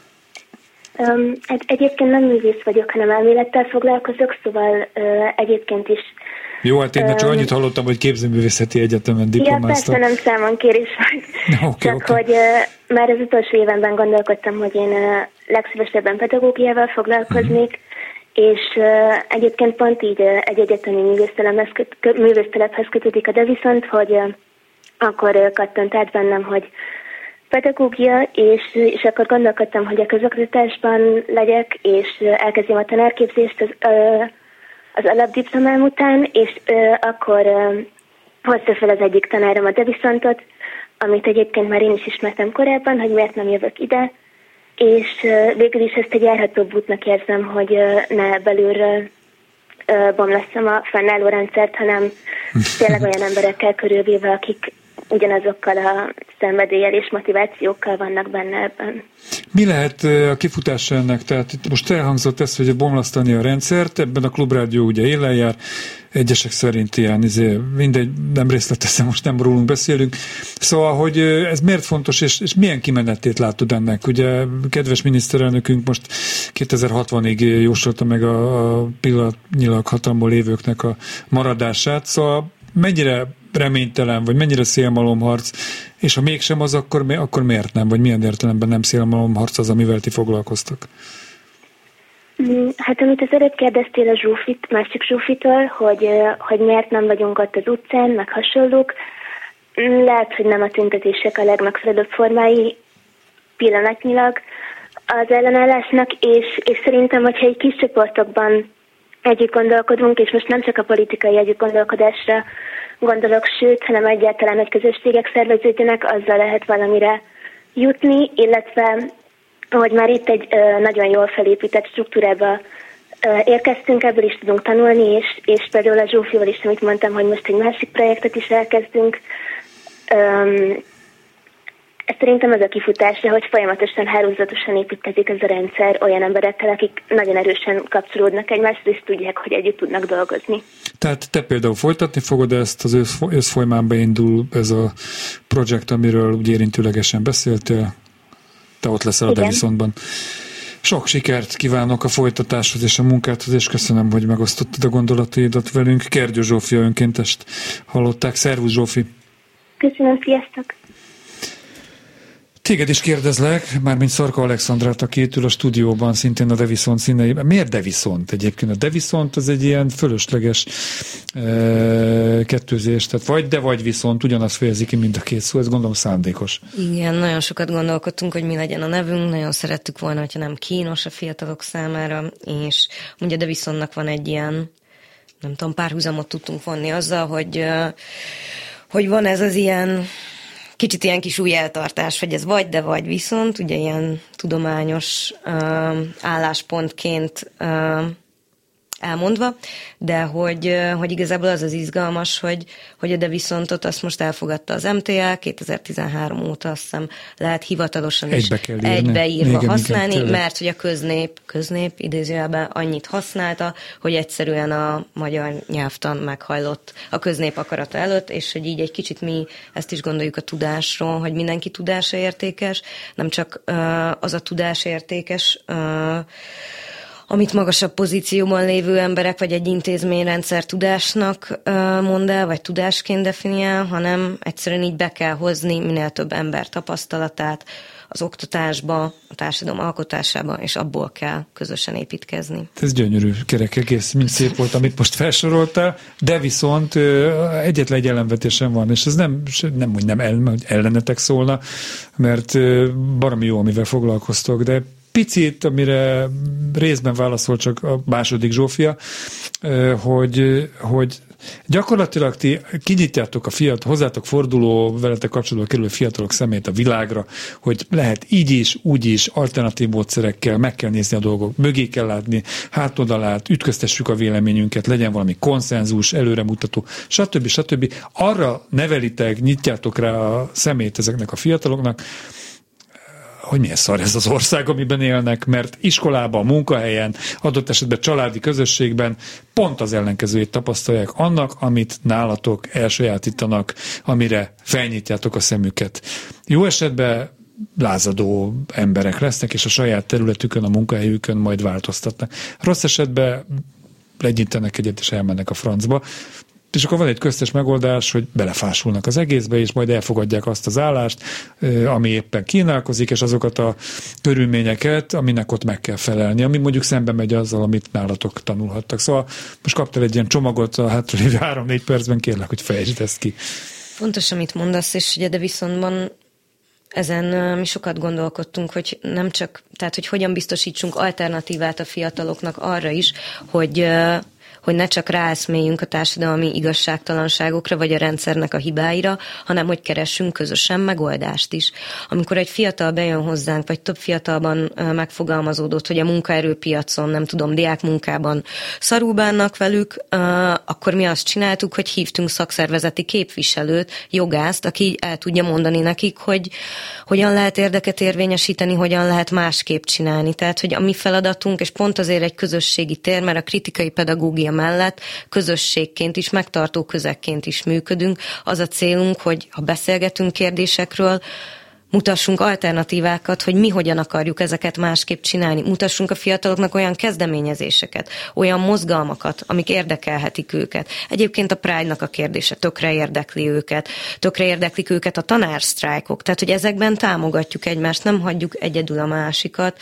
Egyébként nem művész vagyok, hanem elmélettel foglalkozok, szóval egyébként is. Jó, hát én csak annyit hallottam, hogy képzőművészeti egyetemen diplomáztam. Ja, persze, nem számonkérés van. Csak hogy már az utolsó évenben gondolkodtam, hogy én legszívesebben pedagógiával foglalkoznék, és egyébként pont így egy egyetemi művésztelephez kötődik, de viszont, hogy akkor kattant át bennem, hogy pedagógia, és akkor gondolkodtam, hogy a közoktatásban legyek, és elkezdjem a tanárképzést az alapdiplomám után, és akkor hozta fel az egyik tanárom a deviszontot, amit egyébként már én is ismertem korábban, hogy miért nem jövök ide, és végül is ezt egy járhatóbb útnak érzem, hogy ne belülről bomlasszam a fennálló rendszert, hanem tényleg olyan emberekkel körülvéve, akik ugyanazokkal a szenvedéllyel és motivációkkal vannak benne ebben. Mi lehet a kifutása ennek? Tehát itt most elhangzott ez, hogy bomlasztani a rendszert, ebben a Klubrádió ugye élen jár, egyesek szerint ilyen, mindegy, nem részletesen, most nem rólunk beszélünk. Szóval, hogy ez miért fontos, és milyen kimenetét látod ennek? Ugye kedves miniszterelnökünk most 2060-ig jósolta meg a pillanatnyilag hatalmon lévőknek a maradását, szóval mennyire reménytelen, vagy mennyire szélmalomharc, és ha mégsem az, akkor miért nem? Vagy milyen értelemben nem szélmalomharc az, amivel ti foglalkoztak? Hát amit az előbb kérdeztél a másik Zsófitól, hogy miért nem vagyunk ott az utcán, meg hasonlók, lehet, hogy nem a tüntetések a legmegfelelőbb formái pillanatnyilag az ellenállásnak, és szerintem, hogyha egy kis csoportokban együtt gondolkodunk, és most nem csak a politikai együttgondolkodásra gondolok, sőt, hanem egyáltalán, hogy közösségek szerveződjenek, azzal lehet valamire jutni, illetve, ahogy már itt egy nagyon jól felépített struktúrába érkeztünk, ebből is tudunk tanulni, és például a Zsófival is, amit mondtam, hogy most egy másik projektet is elkezdünk. Ez szerintem az a kifutásra, hogy folyamatosan, hálózatosan építkezik ez a rendszer olyan emberekkel, akik nagyon erősen kapcsolódnak egymáshoz, és tudják, hogy együtt tudnak dolgozni. Tehát te például folytatni fogod ezt, az ősz folyamán beindul ez a projekt, amiről úgy érintőlegesen beszéltél, te ott leszel a Devisontban. Sok sikert kívánok a folytatáshoz és a munkádhoz, és köszönöm, hogy megosztottad a gondolataidat velünk. Kergyő Zsófia önkéntest hallották. Szervusz, Zsófi! Köszönöm, sziasztok! Téged is kérdezlek, mármint Szarka Alexandrát, aki itt ül a stúdióban, szintén a Devison színeiben. Miért Devison egyébként? A Devison az egy ilyen fölösleges kettőzés, tehát vagy de vagy viszont ugyanaz fejezi ki mind a két szó, ez gondolom szándékos. Igen, nagyon sokat gondolkodtunk, hogy mi legyen a nevünk, nagyon szerettük volna, hogyha nem kínos a fiatalok számára, és ugye Devisonnak van egy ilyen, nem tudom, párhuzamot tudtunk vonni azzal, hogy van ez az ilyen kicsit ilyen kis új eltartás, hogy ez vagy, de vagy viszont, ugye ilyen tudományos álláspontként elmondva, de hogy igazából az az izgalmas, hogy a de viszontot azt most elfogadta az MTA, 2013 óta azt hiszem lehet hivatalosan is egybeírva használni, igen, mert hogy a köznép idézőjelben annyit használta, hogy egyszerűen a magyar nyelvtan meghajlott a köznép akarata előtt, és hogy így egy kicsit mi ezt is gondoljuk a tudásról, hogy mindenki tudása értékes, nem csak az a tudás értékes, amit magasabb pozícióban lévő emberek vagy egy intézményrendszer tudásnak mond el, vagy tudásként definiál, hanem egyszerűen így be kell hozni minél több ember tapasztalatát az oktatásba, a társadalom alkotásába, és abból kell közösen építkezni. Ez gyönyörű kerek egész, mind szép volt, amit most felsoroltál, de viszont egyetlen egy ellenvetésem van, és ez nem hogy ellenetek szólna, mert baromi jó, amivel foglalkoztok, de picit, amire részben válaszol csak a második Zsófia, hogy gyakorlatilag ti kinyitjátok a hozzátok forduló, veletek kapcsolatban kerülő fiatalok szemét a világra, hogy lehet így is, úgy is, alternatív módszerekkel, meg kell nézni a dolgok, mögé kell látni, hátodalát, ütköztessük a véleményünket, legyen valami konszenzus, előremutató, stb. Arra nevelitek, nyitjátok rá a szemét ezeknek a fiataloknak, hogy milyen szar ez az ország, amiben élnek, mert iskolában, munkahelyen, adott esetben családi közösségben pont az ellenkezőjét tapasztalják annak, amit nálatok elsajátítanak, amire felnyitjátok a szemüket. Jó esetben lázadó emberek lesznek, és a saját területükön, a munkahelyükön majd változtatnak. Rossz esetben legyintenek egyet, és elmennek a francba. És akkor van egy köztes megoldás, hogy belefásulnak az egészbe, és majd elfogadják azt az állást, ami éppen kínálkozik, és azokat a körülményeket, aminek ott meg kell felelni, ami mondjuk szembe megy azzal, amit nálatok tanulhattak. Szóval most kaptál egy ilyen csomagot a hátralévő 3-4 percben, kérlek, hogy fejtsd ezt ki. Fontos, amit mondasz, és ugye de viszonyban ezen mi sokat gondolkodtunk, hogy nem csak, tehát hogy hogyan biztosítsunk alternatívát a fiataloknak arra is, hogy ne csak ráeszméljünk a társadalmi igazságtalanságokra, vagy a rendszernek a hibáira, hanem hogy keressünk közösen megoldást is. Amikor egy fiatal bejön hozzánk, vagy több fiatalban megfogalmazódott, hogy a munkaerőpiacon, nem tudom, diákmunkában szarul bánnak velük, akkor mi azt csináltuk, hogy hívtunk szakszervezeti képviselőt, jogászt, aki el tudja mondani nekik, hogy hogyan lehet érdeket érvényesíteni, hogyan lehet másképp csinálni. Tehát, hogy a mi feladatunk, és pont azért egy közösségi tér, mert a kritikai pedagógia mellett közösségként is, megtartó közegként is működünk. Az a célunk, hogy ha beszélgetünk kérdésekről, mutassunk alternatívákat, hogy mi hogyan akarjuk ezeket másképp csinálni. Mutassunk a fiataloknak olyan kezdeményezéseket, olyan mozgalmakat, amik érdekelhetik őket. Egyébként a Pride-nak a kérdése tökre érdekli őket. Tökre érdeklik őket a tanársztrájkok. Tehát, hogy ezekben támogatjuk egymást, nem hagyjuk egyedül a másikat.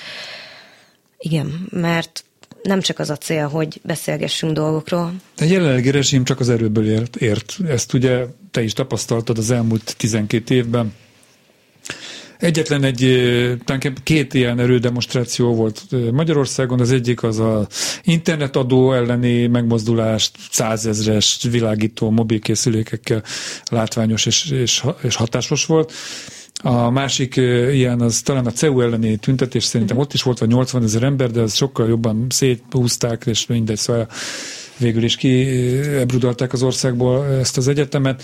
Igen, mert nem csak az a cél, hogy beszélgessünk dolgokról. A jelenlegi rezsim csak az erőből ért. Ezt ugye te is tapasztaltad az elmúlt 12 évben. Egyetlen talán 2 ilyen erődemonstráció volt Magyarországon, az egyik az az internetadó elleni megmozdulást, 100 000-es világító mobilkészülékekkel látványos és hatásos volt. A másik ilyen az talán a CEU elleni tüntetés, szerintem ott is volt vagy 80 000 ember, de az sokkal jobban széthúzták, és mindegy, szóval végül is kiebrudalták az országból ezt az egyetemet.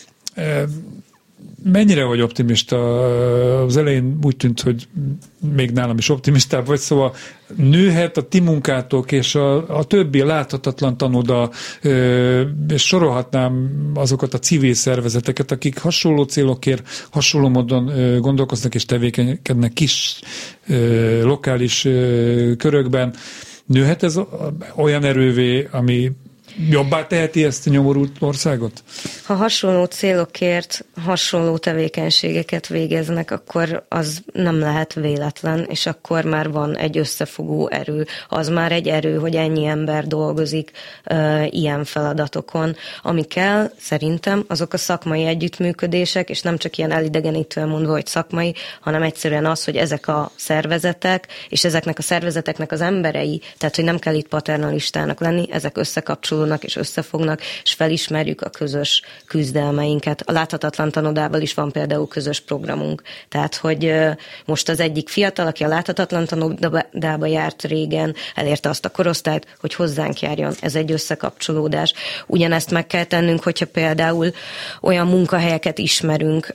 Mennyire vagy optimista? Az elején úgy tűnt, hogy még nálam is optimistább vagy, szóval nőhet a ti munkátok és a többi láthatatlan tanoda, és sorolhatnám azokat a civil szervezeteket, akik hasonló célokért, hasonló módon gondolkoznak és tevékenykednek kis lokális körökben. Nőhet ez olyan erővé, ami jobbá teheti ezt a nyomorult országot? Ha hasonló célokért hasonló tevékenységeket végeznek, akkor az nem lehet véletlen, és akkor már van egy összefogó erő. Az már egy erő, hogy ennyi ember dolgozik ilyen feladatokon. Ami kell, szerintem, azok a szakmai együttműködések, és nem csak ilyen elidegenítően mondva, hogy szakmai, hanem egyszerűen az, hogy ezek a szervezetek, és ezeknek a szervezeteknek az emberei, tehát, hogy nem kell itt paternalistának lenni, ezek összekapcsolódnak és összefognak, és felismerjük a közös küzdelmeinket. A láthatatlan tanodával is van például közös programunk. Tehát, hogy most az egyik fiatal, aki a láthatatlan tanodába járt régen, elérte azt a korosztályt, hogy hozzánk járjon. Ez egy összekapcsolódás. Ugyanezt meg kell tennünk, hogyha például olyan munkahelyeket ismerünk,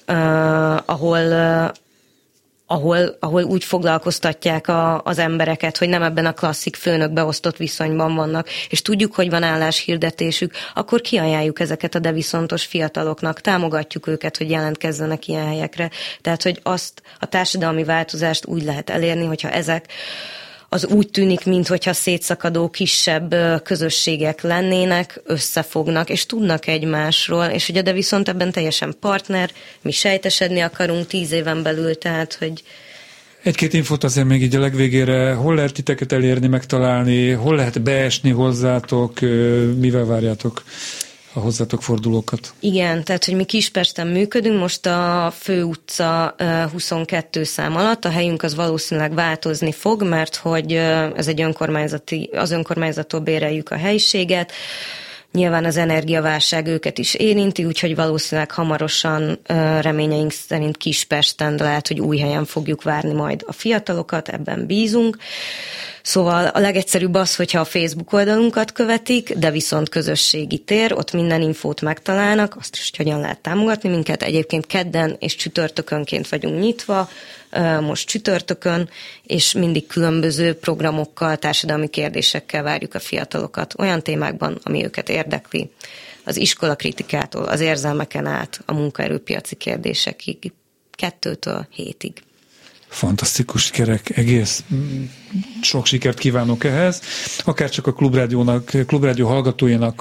ahol úgy foglalkoztatják az embereket, hogy nem ebben a klasszik főnök-beosztott viszonyban vannak, és tudjuk, hogy van álláshirdetésük, akkor kiajánljuk ezeket a deviszontos fiataloknak, támogatjuk őket, hogy jelentkezzenek ilyen helyekre. Tehát, hogy azt a társadalmi változást úgy lehet elérni, hogyha ezek az úgy tűnik, minthogyha szétszakadó kisebb közösségek lennének, összefognak, és tudnak egymásról, és ugye de viszont ebben teljesen partner, mi sejtesedni akarunk 10 éven belül, tehát, hogy... 1-2 infót azért még így a legvégére, hol lehet titeket elérni, megtalálni, hol lehet beesni hozzátok, mivel várjátok a hozzátok fordulókat? Igen, tehát, hogy mi Kispesten működünk, most a Fő utca 22 szám alatt, a helyünk az valószínűleg változni fog, mert hogy ez egy az önkormányzattól béreljük a helyiséget, nyilván az energiaválság őket is érinti, úgyhogy valószínűleg hamarosan reményeink szerint Kispesten, de lehet, hogy új helyen fogjuk várni majd a fiatalokat, ebben bízunk. Szóval a legegyszerűbb az, hogyha a Facebook oldalunkat követik, de viszont közösségi tér, ott minden infót megtalálnak, azt is, hogy hogyan lehet támogatni minket. Egyébként kedden és csütörtökönként vagyunk nyitva, most csütörtökön, és mindig különböző programokkal, társadalmi kérdésekkel várjuk a fiatalokat olyan témákban, ami őket érdekli. Az iskolakritikától, az érzelmeken át, a munkaerőpiaci kérdésekig, 2-től 7-ig. Fantasztikus, kerek, egész sok sikert kívánok ehhez. Akár csak a Klubrádió hallgatóinak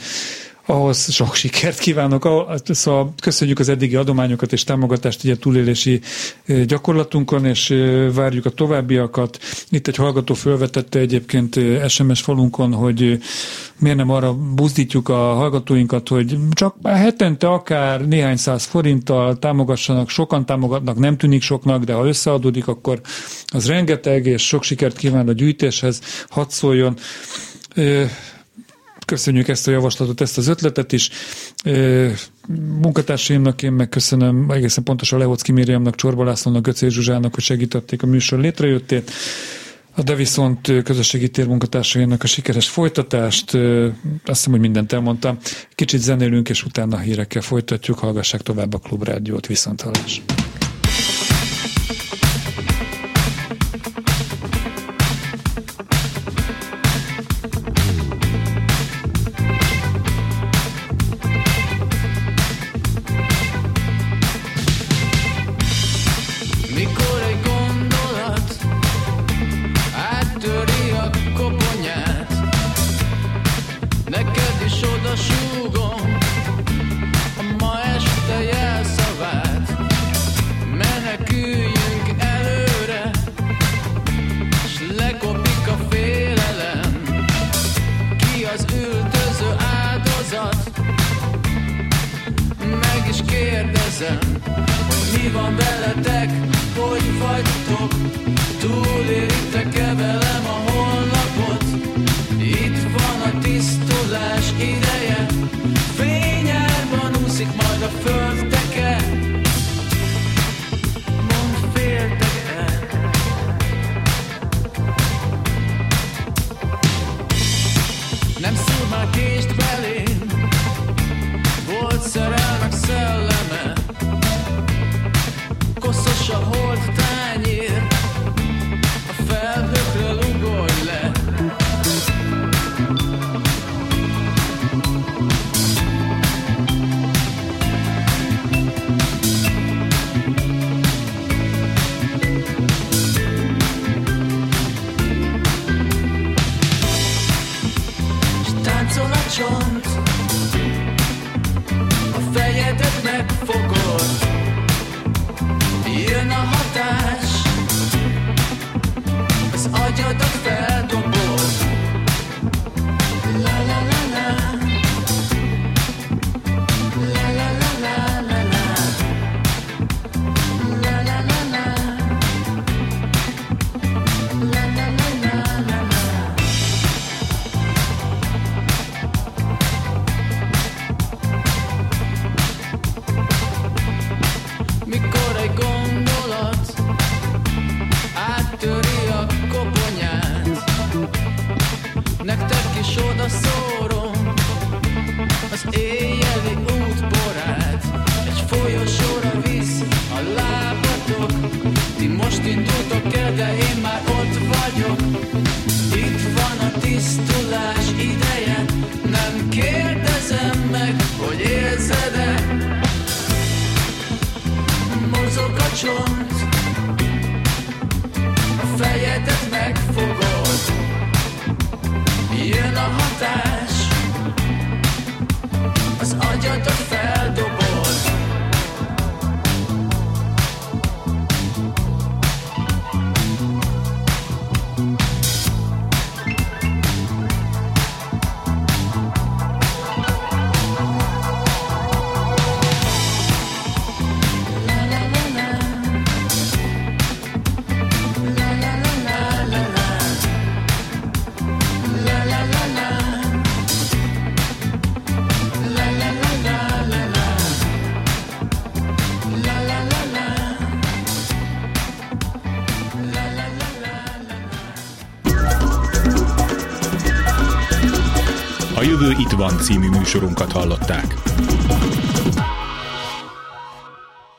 ahhoz sok sikert kívánok. Szóval köszönjük az eddigi adományokat és támogatást így a túlélési gyakorlatunkon, és várjuk a továbbiakat. Itt egy hallgató felvetette egyébként SMS falunkon, hogy miért nem arra buzdítjuk a hallgatóinkat, hogy csak hetente akár néhány száz forinttal támogassanak, sokan támogatnak, nem tűnik soknak, de ha összeadódik, akkor az rengeteg, és sok sikert kíván a gyűjtéshez, hadd szóljon. Köszönjük ezt a javaslatot, ezt az ötletet is. Munkatársaimnak én megköszönöm egészen pontosan Lehocki Miriamnak, Csorba Lászlónak, Göcé Zsuzsának, hogy segítették a műsor létrejöttét. De viszont közösségi tér munkatársainak a sikeres folytatást. Azt hiszem, hogy mindent elmondtam. Kicsit zenélünk, és utána hírekkel folytatjuk. Hallgassák tovább a Klubrádiót. Viszonthallás. Súgom a ma este jelszavát. kést belém, volt szerelmek szelleme, koszos a hold tányér, a felhőkről ugorj le. Csont, a fejedet megfogod, jön a hatás, az agyadat feldobod. La la la la, la la la la la la, la la la la, la la la la la. Mikor egy gondolat áttöri a koponyát, nektek is oda szórom az éjjeli útborát. Egy folyosóra visz a lábatok, ti most indultok el, de én már ott vagyok. Itt van a tisztulás ideje, nem kérdezem meg, hogy érzed-e. Mozog a csont, a fejedet megfogod, jön a hatás, az agyadat feldobod. A Jövő itt van című műsorunkat hallották.